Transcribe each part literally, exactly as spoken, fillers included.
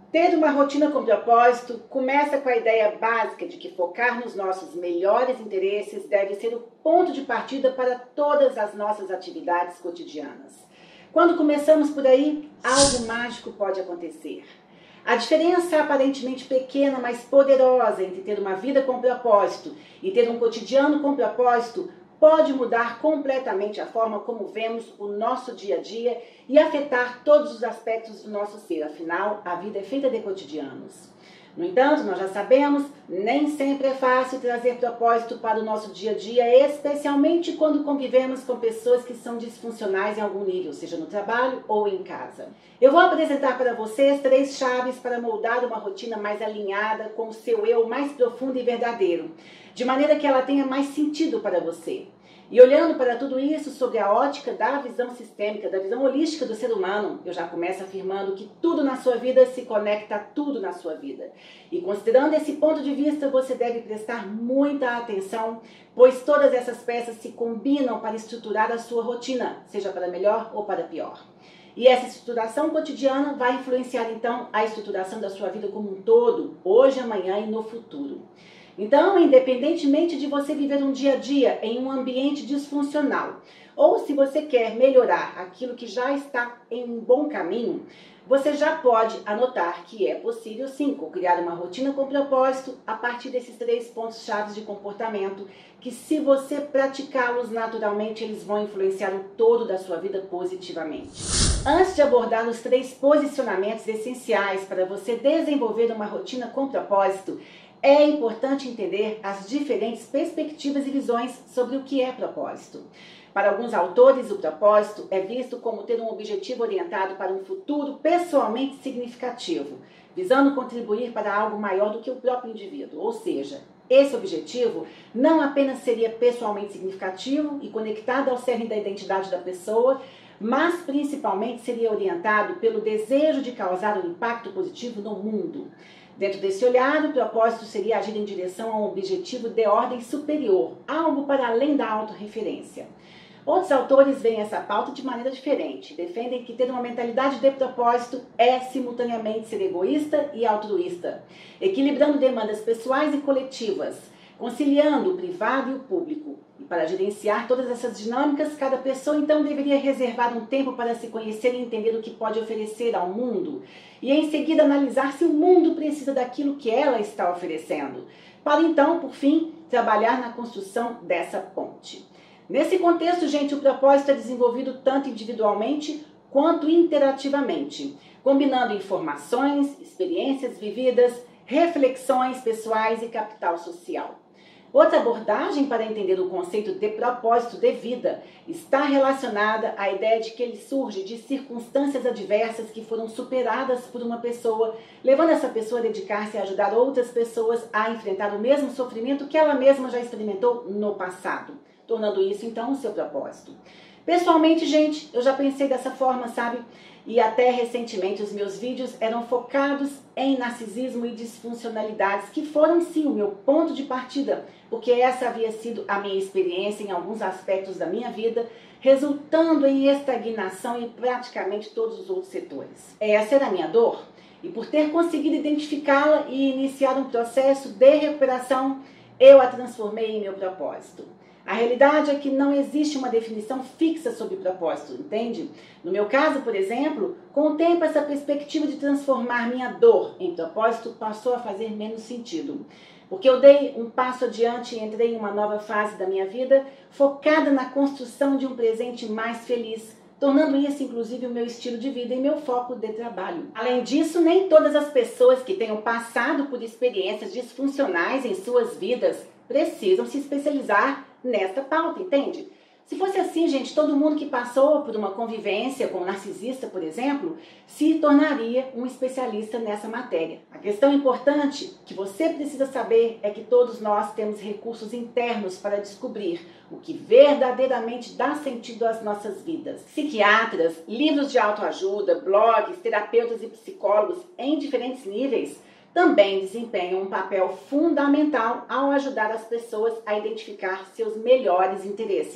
Ter uma rotina com propósito começa com a ideia básica de que focar nos nossos melhores interesses deve ser o ponto de partida para todas as nossas atividades cotidianas. Quando começamos por aí, algo mágico pode acontecer. A diferença aparentemente pequena, mas poderosa entre ter uma vida com propósito e ter um cotidiano com propósito pode mudar completamente a forma como vemos o nosso dia a dia e afetar todos os aspectos do nosso ser. Afinal, a vida é feita de cotidianos. No entanto, nós já sabemos, nem sempre é fácil trazer propósito para o nosso dia a dia, especialmente quando convivemos com pessoas que são disfuncionais em algum nível, seja no trabalho ou em casa. Eu vou apresentar para vocês três chaves para moldar uma rotina mais alinhada com o seu eu mais profundo e verdadeiro, de maneira que ela tenha mais sentido para você. E olhando para tudo isso sobre a ótica da visão sistêmica, da visão holística do ser humano, eu já começo afirmando que tudo na sua vida se conecta a tudo na sua vida. E considerando esse ponto de vista, você deve prestar muita atenção, pois todas essas peças se combinam para estruturar a sua rotina, seja para melhor ou para pior. E essa estruturação cotidiana vai influenciar então a estruturação da sua vida como um todo, hoje, amanhã e no futuro. Então, independentemente de você viver um dia a dia em um ambiente disfuncional, ou se você quer melhorar aquilo que já está em um bom caminho, você já pode anotar que é possível sim criar uma rotina com propósito a partir desses três pontos-chave de comportamento, que se você praticá-los naturalmente, eles vão influenciar o todo da sua vida positivamente. Antes de abordar os três posicionamentos essenciais para você desenvolver uma rotina com propósito, é importante entender as diferentes perspectivas e visões sobre o que é propósito. Para alguns autores, o propósito é visto como ter um objetivo orientado para um futuro pessoalmente significativo, visando contribuir para algo maior do que o próprio indivíduo. Ou seja, esse objetivo não apenas seria pessoalmente significativo e conectado ao cerne da identidade da pessoa, mas principalmente seria orientado pelo desejo de causar um impacto positivo no mundo. Dentro desse olhar, o propósito seria agir em direção a um objetivo de ordem superior, algo para além da autorreferência. Outros autores veem essa pauta de maneira diferente. Defendem que ter uma mentalidade de propósito é simultaneamente ser egoísta e altruísta, equilibrando demandas pessoais e coletivas, conciliando o privado e o público. E para gerenciar todas essas dinâmicas, cada pessoa então deveria reservar um tempo para se conhecer e entender o que pode oferecer ao mundo, e em seguida analisar se o mundo precisa daquilo que ela está oferecendo, para então, por fim, trabalhar na construção dessa ponte. Nesse contexto, gente, o propósito é desenvolvido tanto individualmente quanto interativamente, combinando informações, experiências vividas, reflexões pessoais e capital social. Outra abordagem para entender o conceito de propósito de vida está relacionada à ideia de que ele surge de circunstâncias adversas que foram superadas por uma pessoa, levando essa pessoa a dedicar-se a ajudar outras pessoas a enfrentar o mesmo sofrimento que ela mesma já experimentou no passado, tornando isso então o seu propósito. Pessoalmente, gente, eu já pensei dessa forma, sabe? E até recentemente os meus vídeos eram focados em narcisismo e disfuncionalidades, que foram sim o meu ponto de partida, porque essa havia sido a minha experiência em alguns aspectos da minha vida, resultando em estagnação em praticamente todos os outros setores. Essa era a minha dor, e por ter conseguido identificá-la e iniciar um processo de recuperação, eu a transformei em meu propósito. A realidade é que não existe uma definição fixa sobre propósito, entende? No meu caso, por exemplo, com o tempo essa perspectiva de transformar minha dor em propósito passou a fazer menos sentido. Porque eu dei um passo adiante e entrei em uma nova fase da minha vida, focada na construção de um presente mais feliz, tornando isso inclusive o meu estilo de vida e meu foco de trabalho. Além disso, nem todas as pessoas que tenham passado por experiências disfuncionais em suas vidas precisam se especializar nesta pauta, entende? Se fosse assim, gente, todo mundo que passou por uma convivência com um narcisista, por exemplo, se tornaria um especialista nessa matéria. A questão importante que você precisa saber é que todos nós temos recursos internos para descobrir o que verdadeiramente dá sentido às nossas vidas. Psiquiatras, livros de autoajuda, blogs, terapeutas e psicólogos em diferentes níveis também desempenham um papel fundamental ao ajudar as pessoas a identificar seus melhores interesses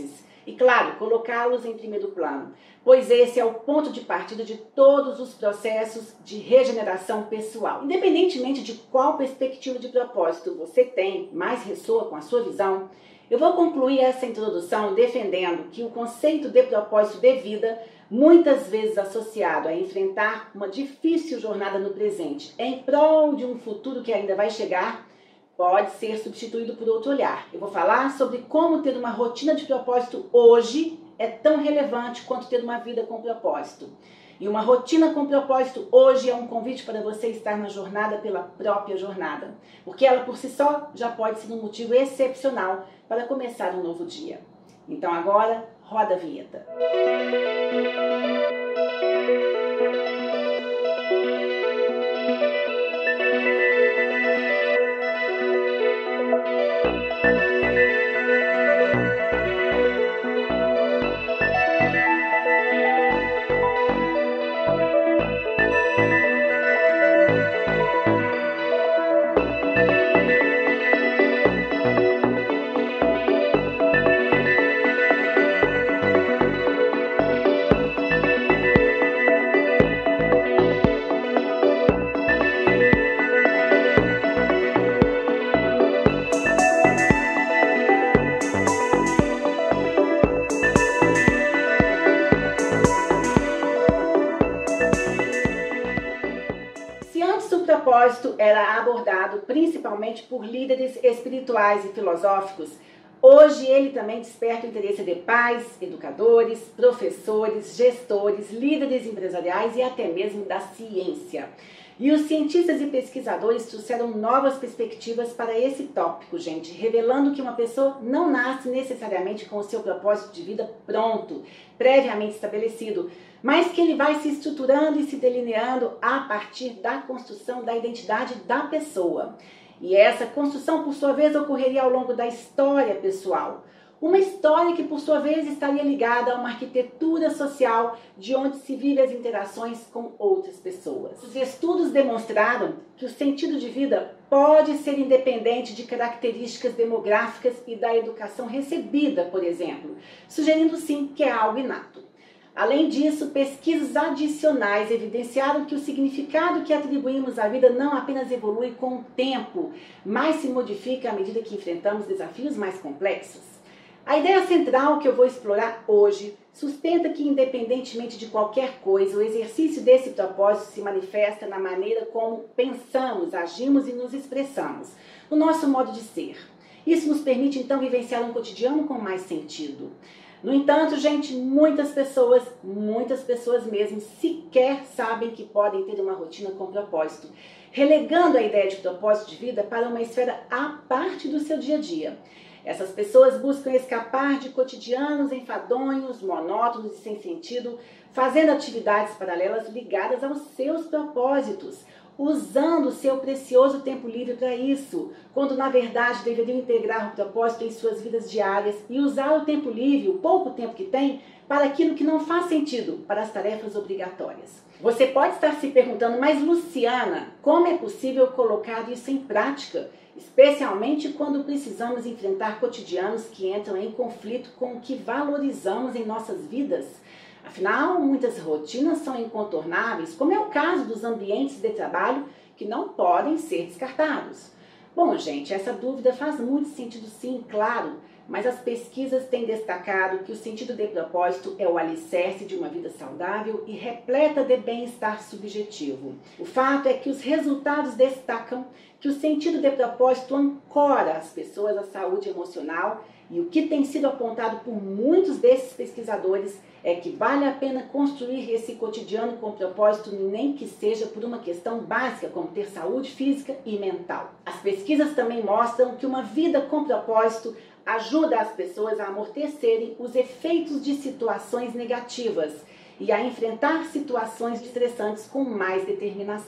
E claro, colocá-los em primeiro plano, pois esse é o ponto de partida de todos os processos de regeneração pessoal. Independentemente de qual perspectiva de propósito você tem, mais ressoa com a sua visão, eu vou concluir essa introdução defendendo que o conceito de propósito de vida, muitas vezes associado a enfrentar uma difícil jornada no presente em prol de um futuro que ainda vai chegar, pode ser substituído por outro olhar. Eu vou falar sobre como ter uma rotina de propósito hoje é tão relevante quanto ter uma vida com propósito. E uma rotina com propósito hoje é um convite para você estar na jornada pela própria jornada, porque ela por si só já pode ser um motivo excepcional para começar um novo dia. Então agora, roda a vinheta. O propósito era abordado principalmente por líderes espirituais e filosóficos. Hoje ele também desperta o interesse de pais, educadores, professores, gestores, líderes empresariais e até mesmo da ciência. E os cientistas e pesquisadores trouxeram novas perspectivas para esse tópico, gente, revelando que uma pessoa não nasce necessariamente com o seu propósito de vida pronto, previamente estabelecido, mas que ele vai se estruturando e se delineando a partir da construção da identidade da pessoa. E essa construção, por sua vez, ocorreria ao longo da história pessoal. Uma história que, por sua vez, estaria ligada a uma arquitetura social de onde se vive as interações com outras pessoas. Os estudos demonstraram que o sentido de vida pode ser independente de características demográficas e da educação recebida, por exemplo, sugerindo sim que é algo inato. Além disso, pesquisas adicionais evidenciaram que o significado que atribuímos à vida não apenas evolui com o tempo, mas se modifica à medida que enfrentamos desafios mais complexos. A ideia central que eu vou explorar hoje sustenta que, independentemente de qualquer coisa, o exercício desse propósito se manifesta na maneira como pensamos, agimos e nos expressamos, no nosso modo de ser. Isso nos permite, então, vivenciar um cotidiano com mais sentido. No entanto, gente, muitas pessoas, muitas pessoas mesmo, sequer sabem que podem ter uma rotina com propósito, relegando a ideia de propósito de vida para uma esfera à parte do seu dia a dia. Essas pessoas buscam escapar de cotidianos enfadonhos, monótonos e sem sentido, fazendo atividades paralelas ligadas aos seus propósitos, usando o seu precioso tempo livre para isso, quando na verdade deveriam integrar o propósito em suas vidas diárias e usar o tempo livre, o pouco tempo que tem, para aquilo que não faz sentido, para as tarefas obrigatórias. Você pode estar se perguntando, mas Luciana, como é possível colocar isso em prática? Especialmente quando precisamos enfrentar cotidianos que entram em conflito com o que valorizamos em nossas vidas. Afinal, muitas rotinas são incontornáveis, como é o caso dos ambientes de trabalho que não podem ser descartados. Bom, gente, essa dúvida faz muito sentido sim, claro, mas as pesquisas têm destacado que o sentido de propósito é o alicerce de uma vida saudável e repleta de bem-estar subjetivo. O fato é que os resultados destacam que o sentido de propósito ancora as pessoas à saúde emocional e o que tem sido apontado por muitos desses pesquisadores é que vale a pena construir esse cotidiano com propósito, nem que seja por uma questão básica, como ter saúde física e mental. As pesquisas também mostram que uma vida com propósito ajuda as pessoas a amortecerem os efeitos de situações negativas e a enfrentar situações estressantes com mais determinação.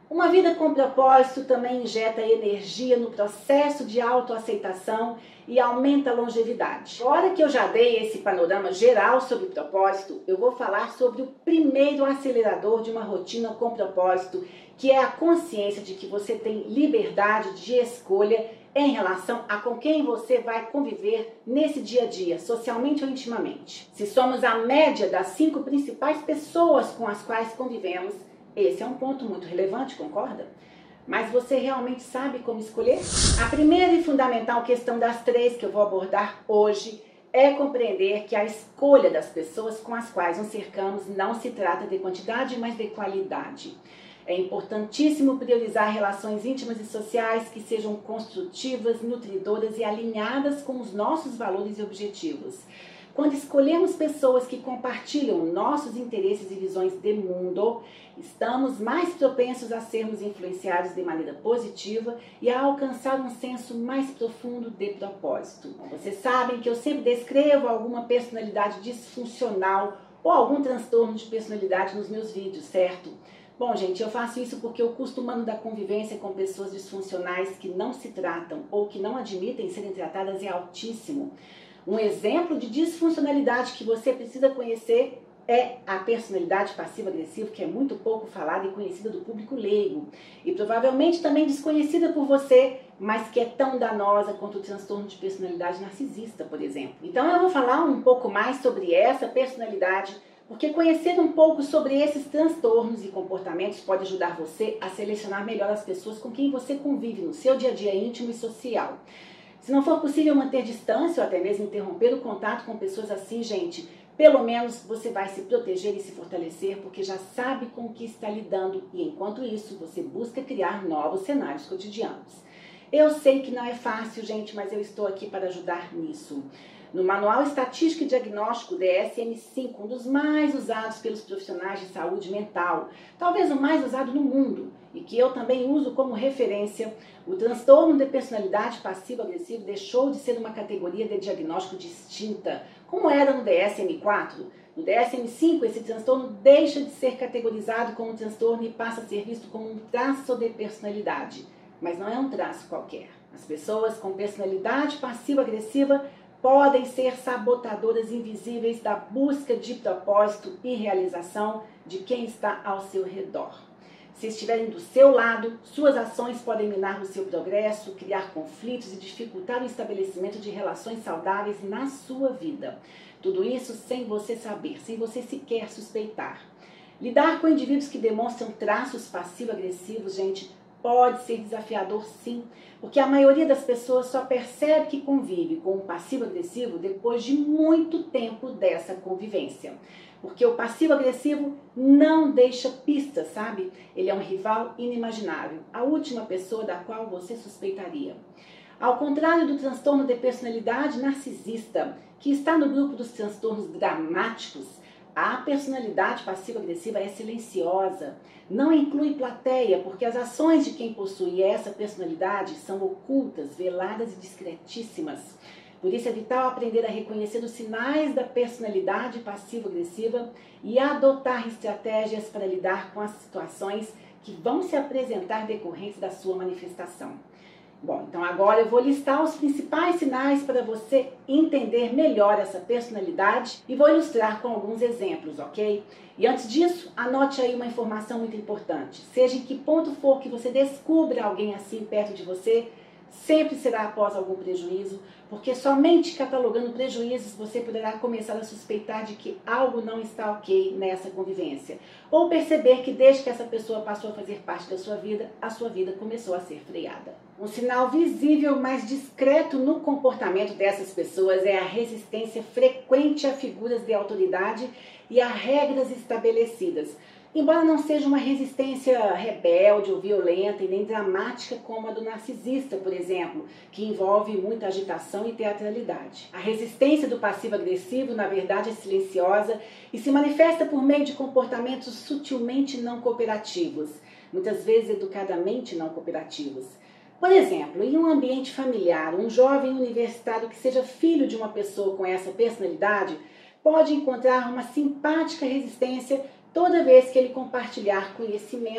Uma vida com propósito também injeta energia no processo de autoaceitação e aumenta a longevidade. Agora que eu já dei esse panorama geral sobre propósito, eu vou falar sobre o primeiro acelerador de uma rotina com propósito, que é a consciência de que você tem liberdade de escolha em relação a com quem você vai conviver nesse dia a dia, socialmente ou intimamente. Se somos a média das cinco principais pessoas com as quais convivemos, esse é um ponto muito relevante, concorda? Mas você realmente sabe como escolher? A primeira e fundamental questão das três que eu vou abordar hoje é compreender que a escolha das pessoas com as quais nos cercamos não se trata de quantidade, mas de qualidade. É importantíssimo priorizar relações íntimas e sociais que sejam construtivas, nutridoras e alinhadas com os nossos valores e objetivos. Quando escolhemos pessoas que compartilham nossos interesses e visões de mundo, estamos mais propensos a sermos influenciados de maneira positiva e a alcançar um senso mais profundo de propósito. Vocês sabem que eu sempre descrevo alguma personalidade disfuncional ou algum transtorno de personalidade nos meus vídeos, certo? Bom, gente, eu faço isso porque o custo humano da convivência com pessoas disfuncionais que não se tratam ou que não admitem serem tratadas é altíssimo. Um exemplo de disfuncionalidade que você precisa conhecer é a personalidade passiva-agressiva, que é muito pouco falada e conhecida do público leigo. E provavelmente também desconhecida por você, mas que é tão danosa quanto o transtorno de personalidade narcisista, por exemplo. Então eu vou falar um pouco mais sobre essa personalidade, porque conhecer um pouco sobre esses transtornos e comportamentos pode ajudar você a selecionar melhor as pessoas com quem você convive no seu dia a dia íntimo e social. Se não for possível manter distância ou até mesmo interromper o contato com pessoas assim, gente, pelo menos você vai se proteger e se fortalecer porque já sabe com o que está lidando e enquanto isso você busca criar novos cenários cotidianos. Eu sei que não é fácil, gente, mas eu estou aqui para ajudar nisso. No Manual Estatístico e Diagnóstico D S M cinco, um dos mais usados pelos profissionais de saúde mental, talvez o mais usado no mundo, e que eu também uso como referência, o transtorno de personalidade passivo-agressivo deixou de ser uma categoria de diagnóstico distinta, como era no D S M quatro. No D S M cinco, esse transtorno deixa de ser categorizado como transtorno e passa a ser visto como um traço de personalidade. Mas não é um traço qualquer. As pessoas com personalidade passivo-agressiva podem ser sabotadoras invisíveis da busca de propósito e realização de quem está ao seu redor. Se estiverem do seu lado, suas ações podem minar o seu progresso, criar conflitos e dificultar o estabelecimento de relações saudáveis na sua vida. Tudo isso sem você saber, sem você sequer suspeitar. Lidar com indivíduos que demonstram traços passivo-agressivos, gente, pode ser desafiador sim, porque a maioria das pessoas só percebe que convive com um passivo-agressivo depois de muito tempo dessa convivência. Porque o passivo-agressivo não deixa pistas, sabe? Ele é um rival inimaginável, a última pessoa da qual você suspeitaria. Ao contrário do transtorno de personalidade narcisista, que está no grupo dos transtornos dramáticos, a personalidade passiva-agressiva é silenciosa, não inclui plateia, porque as ações de quem possui essa personalidade são ocultas, veladas e discretíssimas. Por isso é vital aprender a reconhecer os sinais da personalidade passiva-agressiva e adotar estratégias para lidar com as situações que vão se apresentar decorrentes da sua manifestação. Bom, então agora eu vou listar os principais sinais para você entender melhor essa personalidade e vou ilustrar com alguns exemplos, ok? E antes disso, anote aí uma informação muito importante. Seja em que ponto for que você descubra alguém assim perto de você, sempre será após algum prejuízo, porque somente catalogando prejuízos você poderá começar a suspeitar de que algo não está ok nessa convivência. Ou perceber que desde que essa pessoa passou a fazer parte da sua vida, a sua vida começou a ser freada. Um sinal visível, mas discreto no comportamento dessas pessoas é a resistência frequente a figuras de autoridade e a regras estabelecidas. Embora não seja uma resistência rebelde ou violenta e nem dramática como a do narcisista, por exemplo, que envolve muita agitação e teatralidade. A resistência do passivo-agressivo, na verdade, é silenciosa e se manifesta por meio de comportamentos sutilmente não cooperativos, muitas vezes educadamente não cooperativos. Por exemplo, em um ambiente familiar, um jovem universitário que seja filho de uma pessoa com essa personalidade pode encontrar uma simpática resistência toda vez que ele compartilhar conhecimentos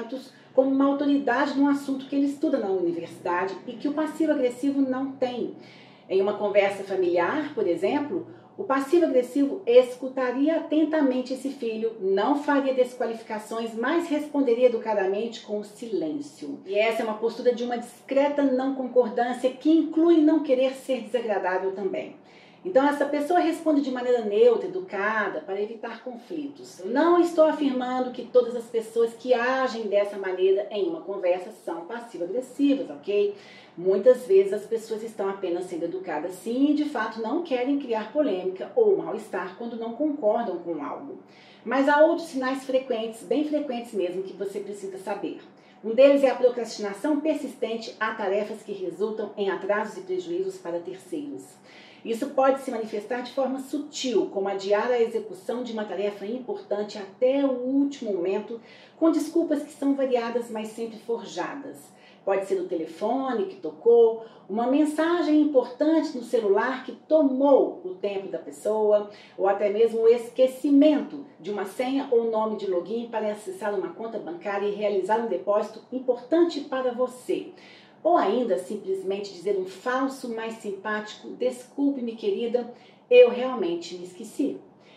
como uma autoridade num assunto que ele estuda na universidade e que o passivo-agressivo não tem. Em uma conversa familiar, por exemplo, o passivo-agressivo escutaria atentamente esse filho, não faria desqualificações, mas responderia educadamente com o silêncio. E essa é uma postura de uma discreta não concordância que inclui não querer ser desagradável também. Então essa pessoa responde de maneira neutra, educada, para evitar conflitos. Eu não estou afirmando que todas as pessoas que agem dessa maneira em uma conversa são passivo-agressivas, ok? Muitas vezes as pessoas estão apenas sendo educadas sim e de fato não querem criar polêmica ou mal-estar quando não concordam com algo. Mas há outros sinais frequentes, bem frequentes mesmo, que você precisa saber. Um deles é a procrastinação persistente a tarefas que resultam em atrasos e prejuízos para terceiros. Isso pode se manifestar de forma sutil, como adiar a execução de uma tarefa importante até o último momento, com desculpas que são variadas, mas sempre forjadas. Pode ser o telefone que tocou, uma mensagem importante no celular que tomou o tempo da pessoa, ou até mesmo o esquecimento de uma senha ou nome de login para acessar uma conta bancária e realizar um depósito importante para você. Ou ainda simplesmente dizer um falso, mas simpático, desculpe-me querida, eu realmente me esqueci.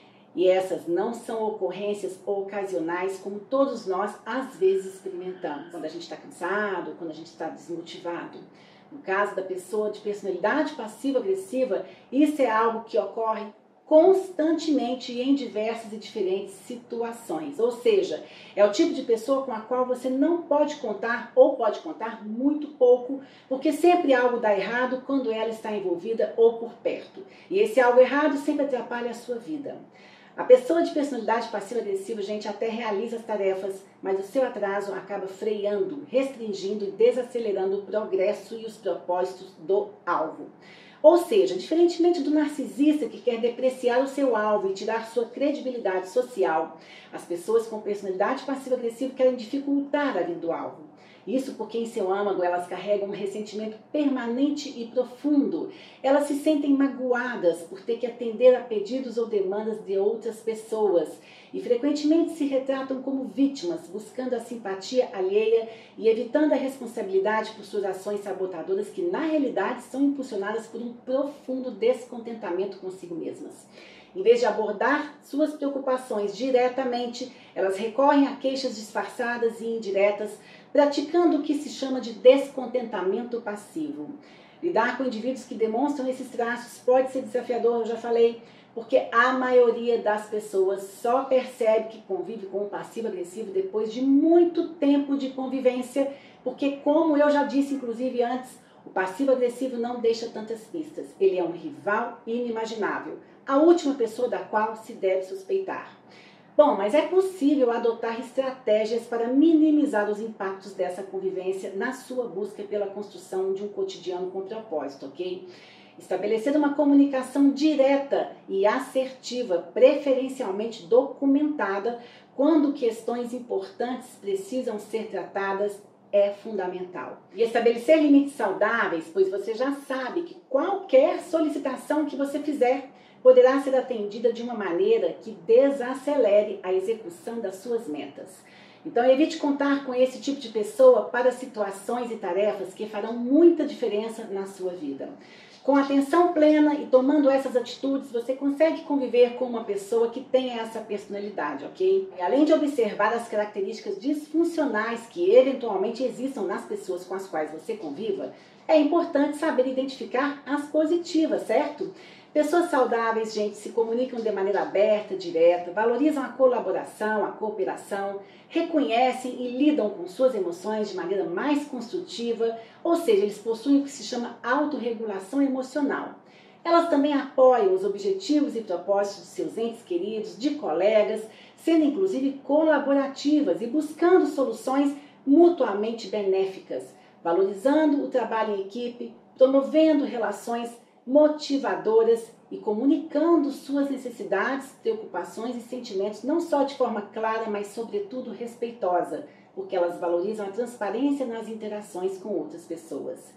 E essas não são ocorrências ocasionais como todos nós às vezes experimentamos. Quando a gente está cansado, quando a gente está desmotivado. No caso da pessoa de personalidade passivo-agressiva, isso é algo que ocorre constantemente e em diversas e diferentes situações. Ou seja, é o tipo de pessoa com a qual você não pode contar ou pode contar muito pouco, porque sempre algo dá errado quando ela está envolvida ou por perto. E esse algo errado sempre atrapalha a sua vida. A pessoa de personalidade passiva-agressiva, gente, até realiza as tarefas, mas o seu atraso acaba freando, restringindo e desacelerando o progresso e os propósitos do alvo. Ou seja, diferentemente do narcisista que quer depreciar o seu alvo e tirar sua credibilidade social, as pessoas com personalidade passiva-agressiva querem dificultar a vida do alvo. Isso porque em seu âmago elas carregam um ressentimento permanente e profundo. Elas se sentem magoadas por ter que atender a pedidos ou demandas de outras pessoas e frequentemente se retratam como vítimas, buscando a simpatia alheia e evitando a responsabilidade por suas ações sabotadoras que na realidade são impulsionadas por um profundo descontentamento consigo mesmas. Em vez de abordar suas preocupações diretamente, elas recorrem a queixas disfarçadas e indiretas, praticando o que se chama de descontentamento passivo. Lidar com indivíduos que demonstram esses traços pode ser desafiador, eu já falei, porque a maioria das pessoas só percebe que convive com o passivo-agressivo depois de muito tempo de convivência, porque, como eu já disse inclusive antes, o passivo-agressivo não deixa tantas pistas. Ele é um rival inimaginável, a última pessoa da qual se deve suspeitar. Bom, mas é possível adotar estratégias para minimizar os impactos dessa convivência na sua busca pela construção de um cotidiano com propósito, ok? Estabelecer uma comunicação direta e assertiva, preferencialmente documentada, quando questões importantes precisam ser tratadas, é fundamental. E estabelecer limites saudáveis, pois você já sabe que qualquer solicitação que você fizer poderá ser atendida de uma maneira que desacelere a execução das suas metas. Então evite contar com esse tipo de pessoa para situações e tarefas que farão muita diferença na sua vida. Com atenção plena e tomando essas atitudes, você consegue conviver com uma pessoa que tenha essa personalidade, ok? E além de observar as características disfuncionais que eventualmente existam nas pessoas com as quais você conviva, é importante saber identificar as positivas, certo? Pessoas saudáveis, gente, se comunicam de maneira aberta, direta, valorizam a colaboração, a cooperação, reconhecem e lidam com suas emoções de maneira mais construtiva, ou seja, eles possuem o que se chama autorregulação emocional. Elas também apoiam os objetivos e propósitos de seus entes queridos, de colegas, sendo inclusive colaborativas e buscando soluções mutuamente benéficas, valorizando o trabalho em equipe, promovendo relações motivadoras e comunicando suas necessidades, preocupações e sentimentos não só de forma clara, mas sobretudo respeitosa, porque elas valorizam a transparência nas interações com outras pessoas.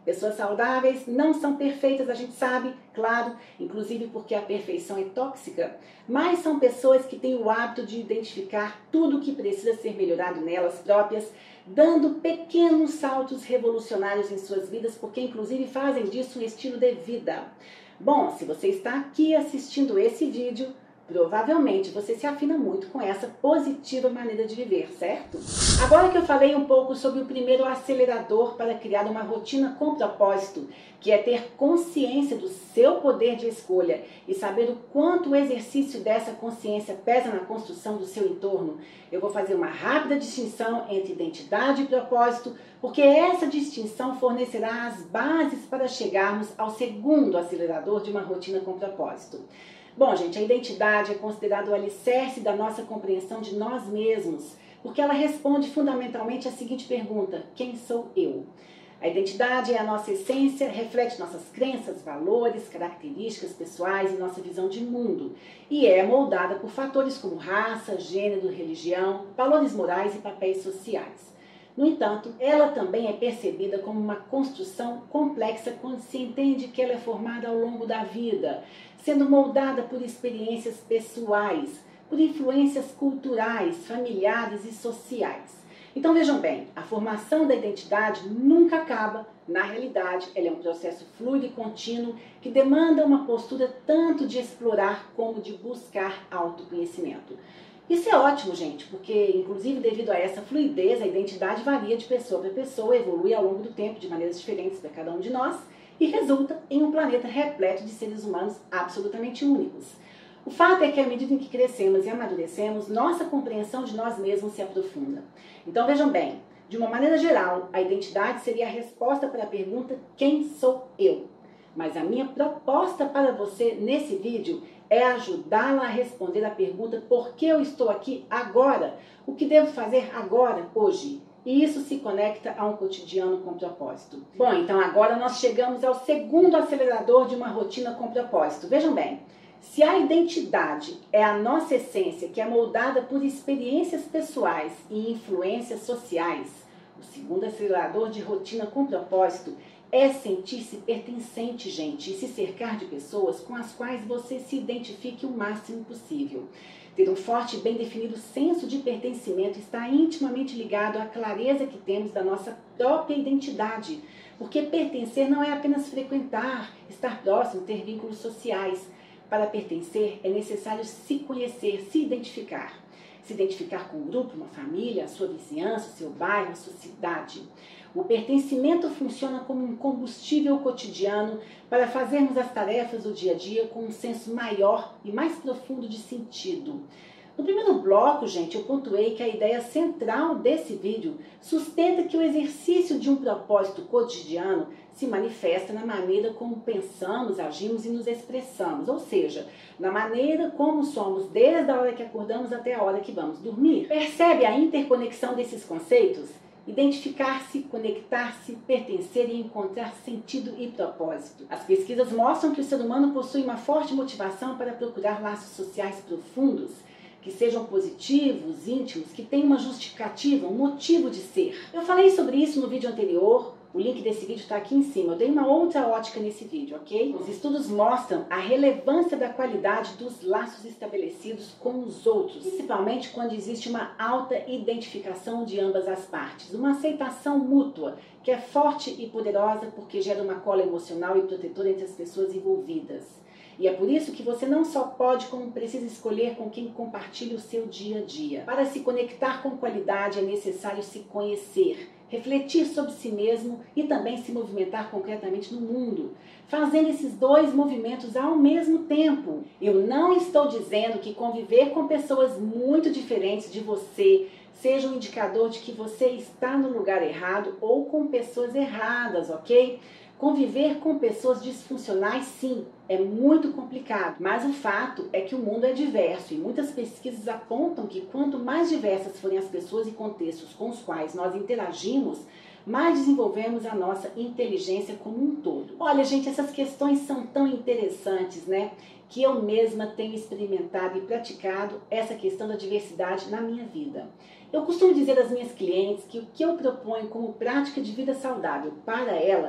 Pessoas saudáveis não são perfeitas, a gente sabe, claro, inclusive porque a perfeição é tóxica, mas são pessoas que têm o hábito de identificar tudo o que precisa ser melhorado nelas próprias, dando pequenos saltos revolucionários em suas vidas, porque inclusive fazem disso um estilo de vida. Bom, se você está aqui assistindo esse vídeo, provavelmente você se afina muito com essa positiva maneira de viver, certo? Agora que eu falei um pouco sobre o primeiro acelerador para criar uma rotina com propósito, que é ter consciência do seu poder de escolha e saber o quanto o exercício dessa consciência pesa na construção do seu entorno, eu vou fazer uma rápida distinção entre identidade e propósito, porque essa distinção fornecerá as bases para chegarmos ao segundo acelerador de uma rotina com propósito. Bom, gente, a identidade é considerada o alicerce da nossa compreensão de nós mesmos, porque ela responde fundamentalmente à seguinte pergunta: quem sou eu? A identidade é a nossa essência, reflete nossas crenças, valores, características pessoais e nossa visão de mundo, e é moldada por fatores como raça, gênero, religião, valores morais e papéis sociais. No entanto, ela também é percebida como uma construção complexa quando se entende que ela é formada ao longo da vida, sendo moldada por experiências pessoais, por influências culturais, familiares e sociais. Então vejam bem, a formação da identidade nunca acaba. Na realidade, ela é um processo fluido e contínuo que demanda uma postura tanto de explorar como de buscar autoconhecimento. Isso é ótimo, gente, porque, inclusive, devido a essa fluidez, a identidade varia de pessoa para pessoa, evolui ao longo do tempo de maneiras diferentes para cada um de nós e resulta em um planeta repleto de seres humanos absolutamente únicos. O fato é que, à medida em que crescemos e amadurecemos, nossa compreensão de nós mesmos se aprofunda. Então, vejam bem, de uma maneira geral, a identidade seria a resposta para a pergunta: quem sou eu? Mas a minha proposta para você nesse vídeo é ajudá-la a responder a pergunta: por que eu estou aqui agora? O que devo fazer agora, hoje? E isso se conecta a um cotidiano com propósito. Bom, então agora nós chegamos ao segundo acelerador de uma rotina com propósito. Vejam bem, se a identidade é a nossa essência, que é moldada por experiências pessoais e influências sociais, o segundo acelerador de rotina com propósito é sentir-se pertencente, gente, e se cercar de pessoas com as quais você se identifique o máximo possível. Ter um forte e bem definido senso de pertencimento está intimamente ligado à clareza que temos da nossa própria identidade, porque pertencer não é apenas frequentar, estar próximo, ter vínculos sociais. Para pertencer é necessário se conhecer, se identificar. Se identificar com um grupo, uma família, a sua vizinhança, o seu bairro, a sua cidade. O pertencimento funciona como um combustível cotidiano para fazermos as tarefas do dia a dia com um senso maior e mais profundo de sentido. No primeiro bloco, gente, eu pontuei que a ideia central desse vídeo sustenta que o exercício de um propósito cotidiano se manifesta na maneira como pensamos, agimos e nos expressamos, ou seja, na maneira como somos desde a hora que acordamos até a hora que vamos dormir. Percebe a interconexão desses conceitos? Identificar-se, conectar-se, pertencer e encontrar sentido e propósito. As pesquisas mostram que o ser humano possui uma forte motivação para procurar laços sociais profundos, que sejam positivos, íntimos, que tenham uma justificativa, um motivo de ser. Eu falei sobre isso no vídeo anterior. O link desse vídeo está aqui em cima. Eu dei uma outra ótica nesse vídeo, ok? Os estudos mostram a relevância da qualidade dos laços estabelecidos com os outros, principalmente quando existe uma alta identificação de ambas as partes, uma aceitação mútua, que é forte e poderosa porque gera uma cola emocional e protetora entre as pessoas envolvidas. E é por isso que você não só pode, como precisa escolher com quem compartilha o seu dia a dia. Para se conectar com qualidade é necessário se conhecer, refletir sobre si mesmo e também se movimentar concretamente no mundo, fazendo esses dois movimentos ao mesmo tempo. Eu não estou dizendo que conviver com pessoas muito diferentes de você seja um indicador de que você está no lugar errado ou com pessoas erradas, ok? Conviver com pessoas disfuncionais, sim, é muito complicado, mas o fato é que o mundo é diverso e muitas pesquisas apontam que quanto mais diversas forem as pessoas e contextos com os quais nós interagimos, mais desenvolvemos a nossa inteligência como um todo. Olha, gente, essas questões são tão interessantes, né? Que eu mesma tenho experimentado e praticado essa questão da diversidade na minha vida. Eu costumo dizer às minhas clientes que o que eu proponho como prática de vida saudável para elas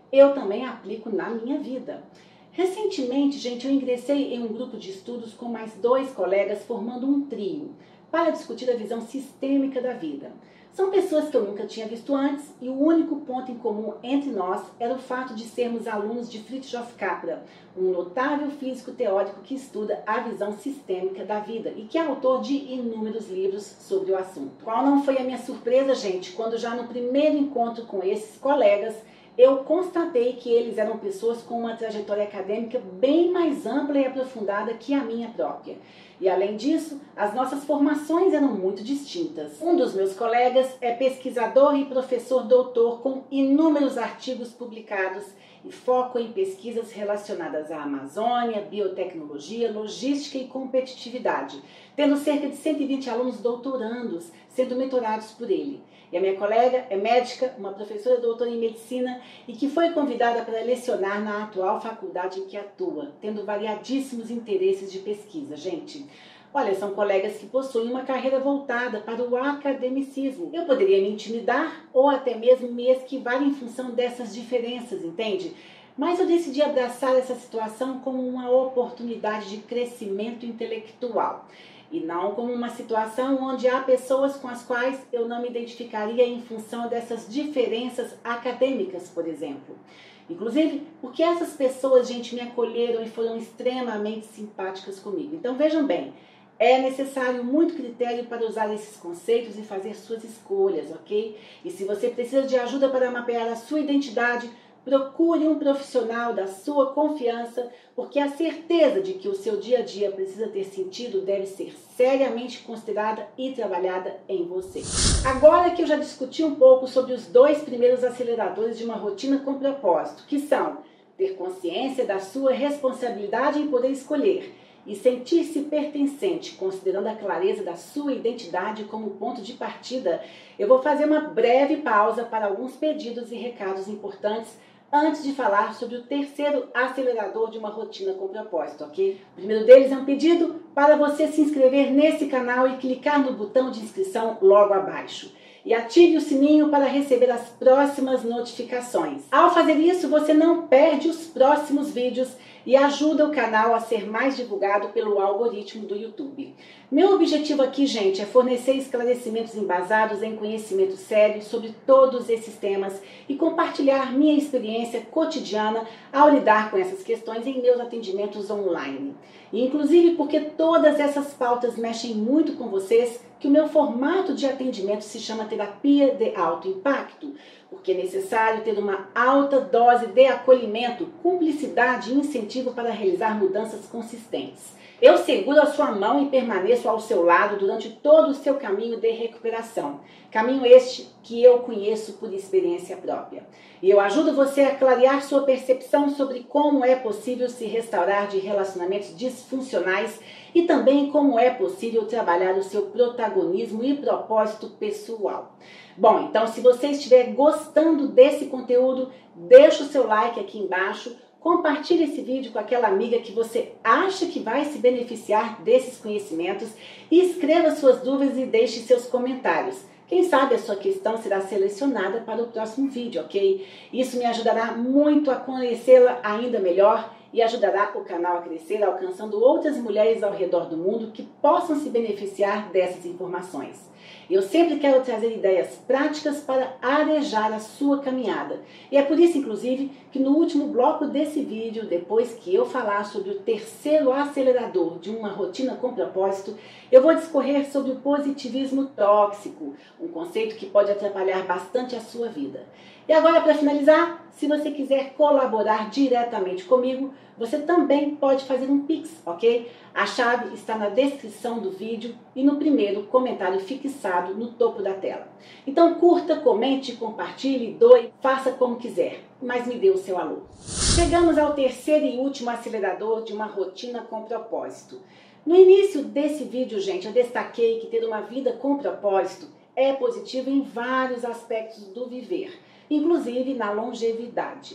eu também aplico na minha vida. Recentemente, gente, eu ingressei em um grupo de estudos com mais dois colegas formando um trio para discutir a visão sistêmica da vida. São pessoas que eu nunca tinha visto antes e o único ponto em comum entre nós era o fato de sermos alunos de Fritjof Capra, um notável físico teórico que estuda a visão sistêmica da vida e que é autor de inúmeros livros sobre o assunto. Qual não foi a minha surpresa, gente, quando já no primeiro encontro com esses colegas eu constatei que eles eram pessoas com uma trajetória acadêmica bem mais ampla e aprofundada que a minha própria. E além disso, as nossas formações eram muito distintas. Um dos meus colegas é pesquisador e professor doutor com inúmeros artigos publicados e foco em pesquisas relacionadas à Amazônia, biotecnologia, logística e competitividade, tendo cerca de cento e vinte alunos doutorandos sendo mentorados por ele. E a minha colega é médica, uma professora doutora em medicina e que foi convidada para lecionar na atual faculdade em que atua, tendo variadíssimos interesses de pesquisa, gente. Olha, são colegas que possuem uma carreira voltada para o academicismo. Eu poderia me intimidar ou até mesmo me esquivar em função dessas diferenças, entende? Mas eu decidi abraçar essa situação como uma oportunidade de crescimento intelectual. E não como uma situação onde há pessoas com as quais eu não me identificaria em função dessas diferenças acadêmicas, por exemplo. Inclusive, porque essas pessoas, gente, me acolheram e foram extremamente simpáticas comigo. Então, vejam bem, é necessário muito critério para usar esses conceitos e fazer suas escolhas, ok? E se você precisa de ajuda para mapear a sua identidade, procure um profissional da sua confiança, porque a certeza de que o seu dia a dia precisa ter sentido deve ser seriamente considerada e trabalhada em você. Agora que eu já discuti um pouco sobre os dois primeiros aceleradores de uma rotina com propósito, que são ter consciência da sua responsabilidade em poder escolher e sentir-se pertencente, considerando a clareza da sua identidade como ponto de partida, eu vou fazer uma breve pausa para alguns pedidos e recados importantes antes de falar sobre o terceiro acelerador de uma rotina com propósito, ok? O primeiro deles é um pedido para você se inscrever nesse canal e clicar no botão de inscrição logo abaixo. E ative o sininho para receber as próximas notificações. Ao fazer isso, você não perde os próximos vídeos e ajuda o canal a ser mais divulgado pelo algoritmo do YouTube. Meu objetivo aqui, gente, é fornecer esclarecimentos embasados em conhecimento sério sobre todos esses temas e compartilhar minha experiência cotidiana ao lidar com essas questões em meus atendimentos online. E, inclusive porque todas essas pautas mexem muito com vocês, que o meu formato de atendimento se chama terapia de alto impacto, porque é necessário ter uma alta dose de acolhimento, cumplicidade e incentivo para realizar mudanças consistentes. Eu seguro a sua mão e permaneço ao seu lado durante todo o seu caminho de recuperação. Caminho este que eu conheço por experiência própria. E eu ajudo você a clarear sua percepção sobre como é possível se restaurar de relacionamentos disfuncionais e também como é possível trabalhar o seu protagonismo e propósito pessoal. Bom, então se você estiver gostando desse conteúdo, deixa o seu like aqui embaixo. Compartilhe esse vídeo com aquela amiga que você acha que vai se beneficiar desses conhecimentos e escreva suas dúvidas e deixe seus comentários. Quem sabe a sua questão será selecionada para o próximo vídeo, ok? Isso me ajudará muito a conhecê-la ainda melhor e ajudará o canal a crescer, alcançando outras mulheres ao redor do mundo que possam se beneficiar dessas informações. Eu sempre quero trazer ideias práticas para arejar a sua caminhada. E é por isso, inclusive, que no último bloco desse vídeo, depois que eu falar sobre o terceiro acelerador de uma rotina com propósito, eu vou discorrer sobre o positivismo tóxico, um conceito que pode atrapalhar bastante a sua vida. E agora, para finalizar, se você quiser colaborar diretamente comigo, você também pode fazer um Pix, ok? A chave está na descrição do vídeo e no primeiro comentário fixado no topo da tela. Então curta, comente, compartilhe, doe, faça como quiser, mas me dê o seu alô. Chegamos ao terceiro e último acelerador de uma rotina com propósito. No início desse vídeo, gente, eu destaquei que ter uma vida com propósito é positivo em vários aspectos do viver, inclusive na longevidade.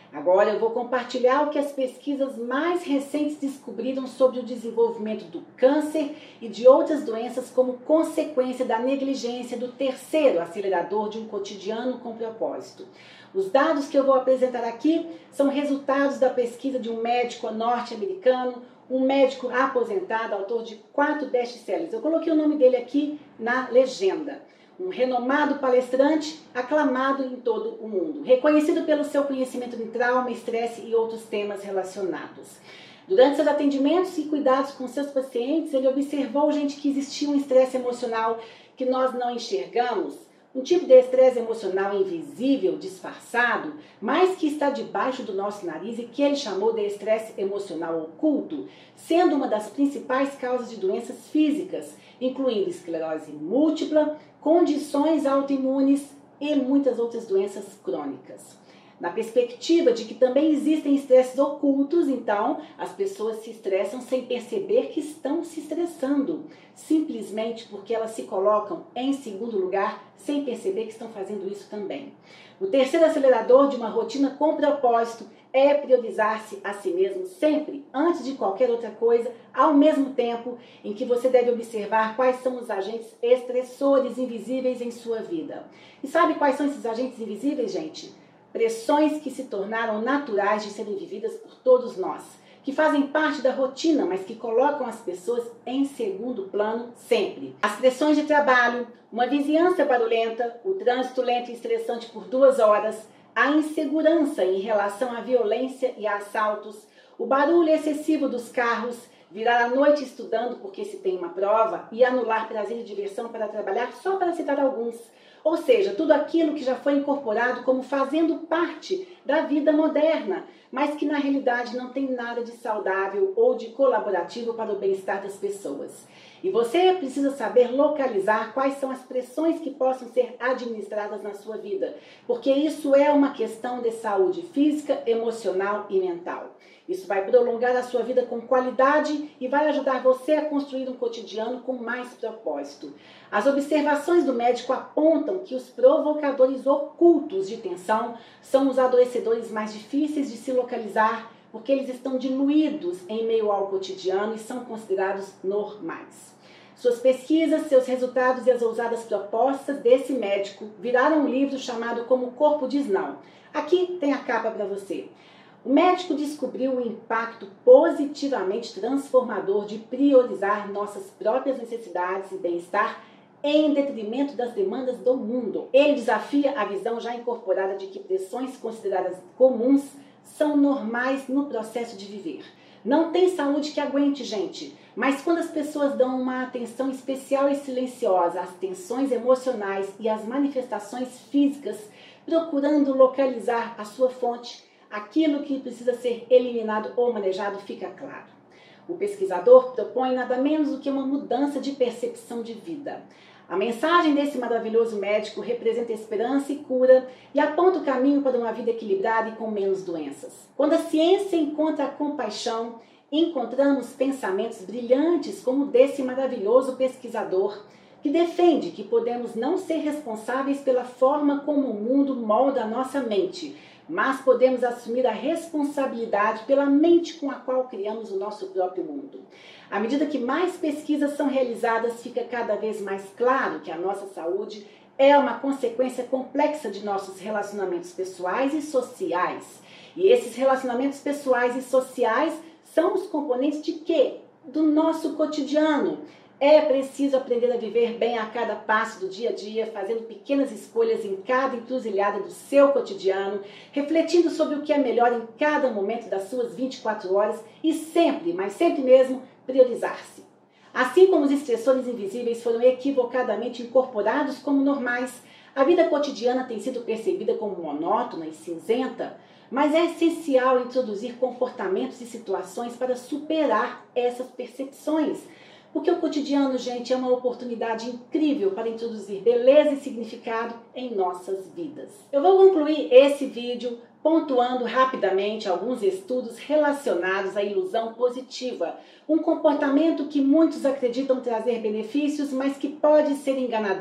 Agora eu vou compartilhar o que as pesquisas mais recentes descobriram sobre o desenvolvimento do câncer e de outras doenças como consequência da negligência do terceiro acelerador de um cotidiano com propósito. Os dados que eu vou apresentar aqui são resultados da pesquisa de um médico norte-americano, um médico aposentado, autor de quatro best-sellers. Eu coloquei o nome dele aqui na legenda. Um renomado palestrante, aclamado em todo o mundo, reconhecido pelo seu conhecimento de trauma, estresse e outros temas relacionados. Durante seus atendimentos e cuidados com seus pacientes, ele observou, gente, que existia um estresse emocional que nós não enxergamos, um tipo de estresse emocional invisível, disfarçado, mas que está debaixo do nosso nariz e que ele chamou de estresse emocional oculto, sendo uma das principais causas de doenças físicas, incluindo esclerose múltipla, condições autoimunes e muitas outras doenças crônicas. Na perspectiva de que também existem estresses ocultos, então, as pessoas se estressam sem perceber que estão se estressando, simplesmente porque elas se colocam em segundo lugar, sem perceber que estão fazendo isso também. O terceiro acelerador de uma rotina com propósito é priorizar-se a si mesmo sempre, antes de qualquer outra coisa, ao mesmo tempo em que você deve observar quais são os agentes estressores invisíveis em sua vida. E sabe quais são esses agentes invisíveis, gente? Pressões que se tornaram naturais de serem vividas por todos nós, que fazem parte da rotina, mas que colocam as pessoas em segundo plano sempre. As pressões de trabalho, uma vizinhança barulhenta, o trânsito lento e estressante por duas horas, a insegurança em relação à violência e a assaltos, o barulho excessivo dos carros, virar a noite estudando porque se tem uma prova e anular prazer e diversão para trabalhar, só para citar alguns. Ou seja, tudo aquilo que já foi incorporado como fazendo parte da vida moderna, mas que na realidade não tem nada de saudável ou de colaborativo para o bem-estar das pessoas. E você precisa saber localizar quais são as pressões que possam ser administradas na sua vida, porque isso é uma questão de saúde física, emocional e mental. Isso vai prolongar a sua vida com qualidade e vai ajudar você a construir um cotidiano com mais propósito. As observações do médico apontam que os provocadores ocultos de tensão são os adoecedores mais difíceis de se localizar, porque eles estão diluídos em meio ao cotidiano e são considerados normais. Suas pesquisas, seus resultados e as ousadas propostas desse médico viraram um livro chamado Como o Corpo Diz Não. Aqui tem a capa para você. O médico descobriu o impacto positivamente transformador de priorizar nossas próprias necessidades e bem-estar em detrimento das demandas do mundo. Ele desafia a visão já incorporada de que pressões consideradas comuns são normais no processo de viver. Não tem saúde que aguente, gente, mas quando as pessoas dão uma atenção especial e silenciosa às tensões emocionais e às manifestações físicas, procurando localizar a sua fonte, aquilo que precisa ser eliminado ou manejado fica claro. O pesquisador propõe nada menos do que uma mudança de percepção de vida. A mensagem desse maravilhoso médico representa esperança e cura e aponta o caminho para uma vida equilibrada e com menos doenças. Quando a ciência encontra a compaixão, encontramos pensamentos brilhantes como o desse maravilhoso pesquisador, que defende que podemos não ser responsáveis pela forma como o mundo molda a nossa mente, mas podemos assumir a responsabilidade pela mente com a qual criamos o nosso próprio mundo. À medida que mais pesquisas são realizadas, fica cada vez mais claro que a nossa saúde é uma consequência complexa de nossos relacionamentos pessoais e sociais. E esses relacionamentos pessoais e sociais são os componentes de quê? Do nosso cotidiano. É preciso aprender a viver bem a cada passo do dia a dia, fazendo pequenas escolhas em cada encruzilhada do seu cotidiano, refletindo sobre o que é melhor em cada momento das suas vinte e quatro horas e sempre, mas sempre mesmo, priorizar-se. Assim como os estressores invisíveis foram equivocadamente incorporados como normais, a vida cotidiana tem sido percebida como monótona e cinzenta, mas é essencial introduzir comportamentos e situações para superar essas percepções. Porque o cotidiano, gente, é uma oportunidade incrível para introduzir beleza e significado em nossas vidas. Eu vou concluir esse vídeo pontuando rapidamente alguns estudos relacionados à ilusão positiva, um comportamento que muitos acreditam trazer benefícios, mas que pode ser enganador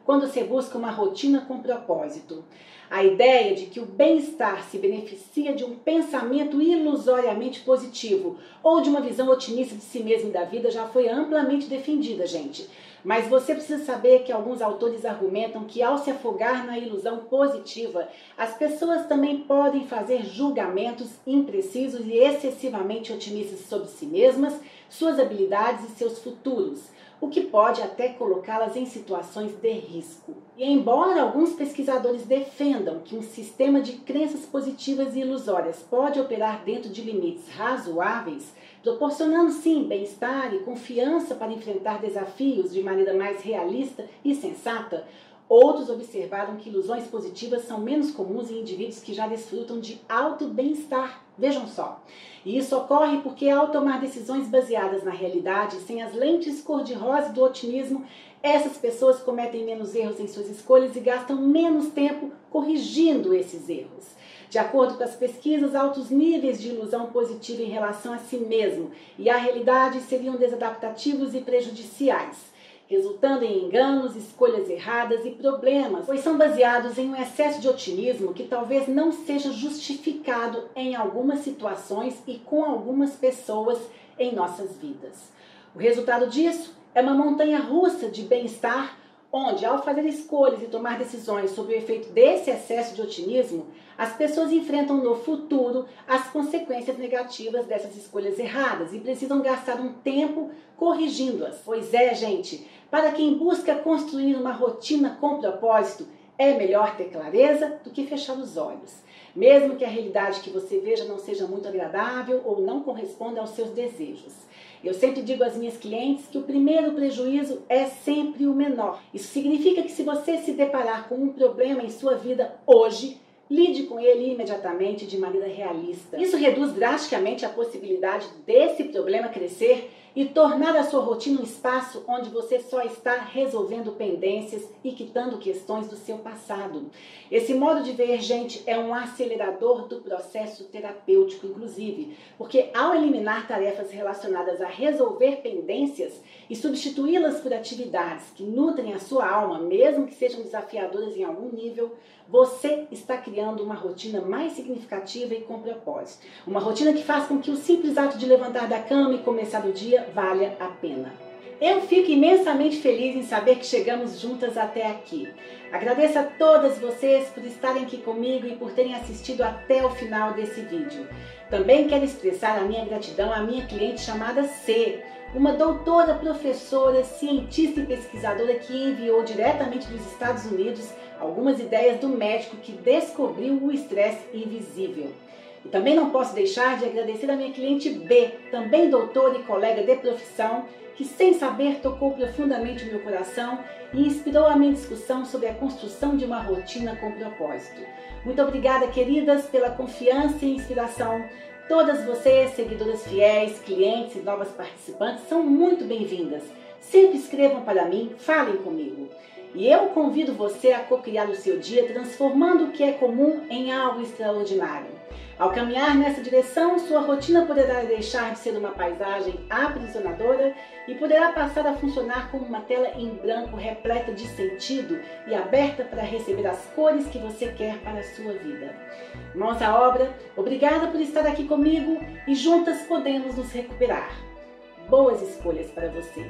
quando você busca uma rotina com propósito. A ideia de que o bem-estar se beneficia de um pensamento ilusoriamente positivo ou de uma visão otimista de si mesmo e da vida já foi amplamente defendida, gente. Mas você precisa saber que alguns autores argumentam que ao se afogar na ilusão positiva, as pessoas também podem fazer julgamentos imprecisos e excessivamente otimistas sobre si mesmas, suas habilidades e seus futuros, o que pode até colocá-las em situações de risco. E embora alguns pesquisadores defendam que um sistema de crenças positivas e ilusórias pode operar dentro de limites razoáveis, proporcionando sim bem-estar e confiança para enfrentar desafios de maneira mais realista e sensata, outros observaram que ilusões positivas são menos comuns em indivíduos que já desfrutam de alto bem-estar. Vejam só. E isso ocorre porque ao tomar decisões baseadas na realidade, sem as lentes cor-de-rosa do otimismo, essas pessoas cometem menos erros em suas escolhas e gastam menos tempo corrigindo esses erros. De acordo com as pesquisas, altos níveis de ilusão positiva em relação a si mesmo e à realidade seriam desadaptativos e prejudiciais, resultando em enganos, escolhas erradas e problemas, pois são baseados em um excesso de otimismo que talvez não seja justificado em algumas situações e com algumas pessoas em nossas vidas. O resultado disso é uma montanha-russa de bem-estar, onde, ao fazer escolhas e tomar decisões sobre o efeito desse excesso de otimismo, as pessoas enfrentam no futuro as consequências negativas dessas escolhas erradas e precisam gastar um tempo corrigindo-as. Pois é, gente, para quem busca construir uma rotina com propósito, é melhor ter clareza do que fechar os olhos, mesmo que a realidade que você veja não seja muito agradável ou não corresponda aos seus desejos. Eu sempre digo às minhas clientes que o primeiro prejuízo é sempre o menor. Isso significa que se você se deparar com um problema em sua vida hoje, lide com ele imediatamente de maneira realista. Isso reduz drasticamente a possibilidade desse problema crescer e tornar a sua rotina um espaço onde você só está resolvendo pendências e quitando questões do seu passado. Esse modo de ver, gente, é um acelerador do processo terapêutico, inclusive, porque ao eliminar tarefas relacionadas a resolver pendências e substituí-las por atividades que nutrem a sua alma, mesmo que sejam desafiadoras em algum nível, você está criando uma rotina mais significativa e com propósito. Uma rotina que faz com que o simples ato de levantar da cama e começar o dia valha a pena. Eu fico imensamente feliz em saber que chegamos juntas até aqui. Agradeço a todas vocês por estarem aqui comigo e por terem assistido até o final desse vídeo. Também quero expressar a minha gratidão à minha cliente chamada C, uma doutora, professora, cientista e pesquisadora que enviou diretamente dos Estados Unidos algumas ideias do médico que descobriu o estresse invisível. E também não posso deixar de agradecer a minha cliente B, também doutora e colega de profissão, que sem saber tocou profundamente o meu coração e inspirou a minha discussão sobre a construção de uma rotina com propósito. Muito obrigada, queridas, pela confiança e inspiração. Todas vocês, seguidoras fiéis, clientes e novas participantes, são muito bem-vindas. Sempre escrevam para mim, falem comigo. E eu convido você a co-criar o seu dia, transformando o que é comum em algo extraordinário. Ao caminhar nessa direção, sua rotina poderá deixar de ser uma paisagem aprisionadora e poderá passar a funcionar como uma tela em branco repleta de sentido e aberta para receber as cores que você quer para a sua vida. Mãos à obra, obrigada por estar aqui comigo e juntas podemos nos recuperar. Boas escolhas para você!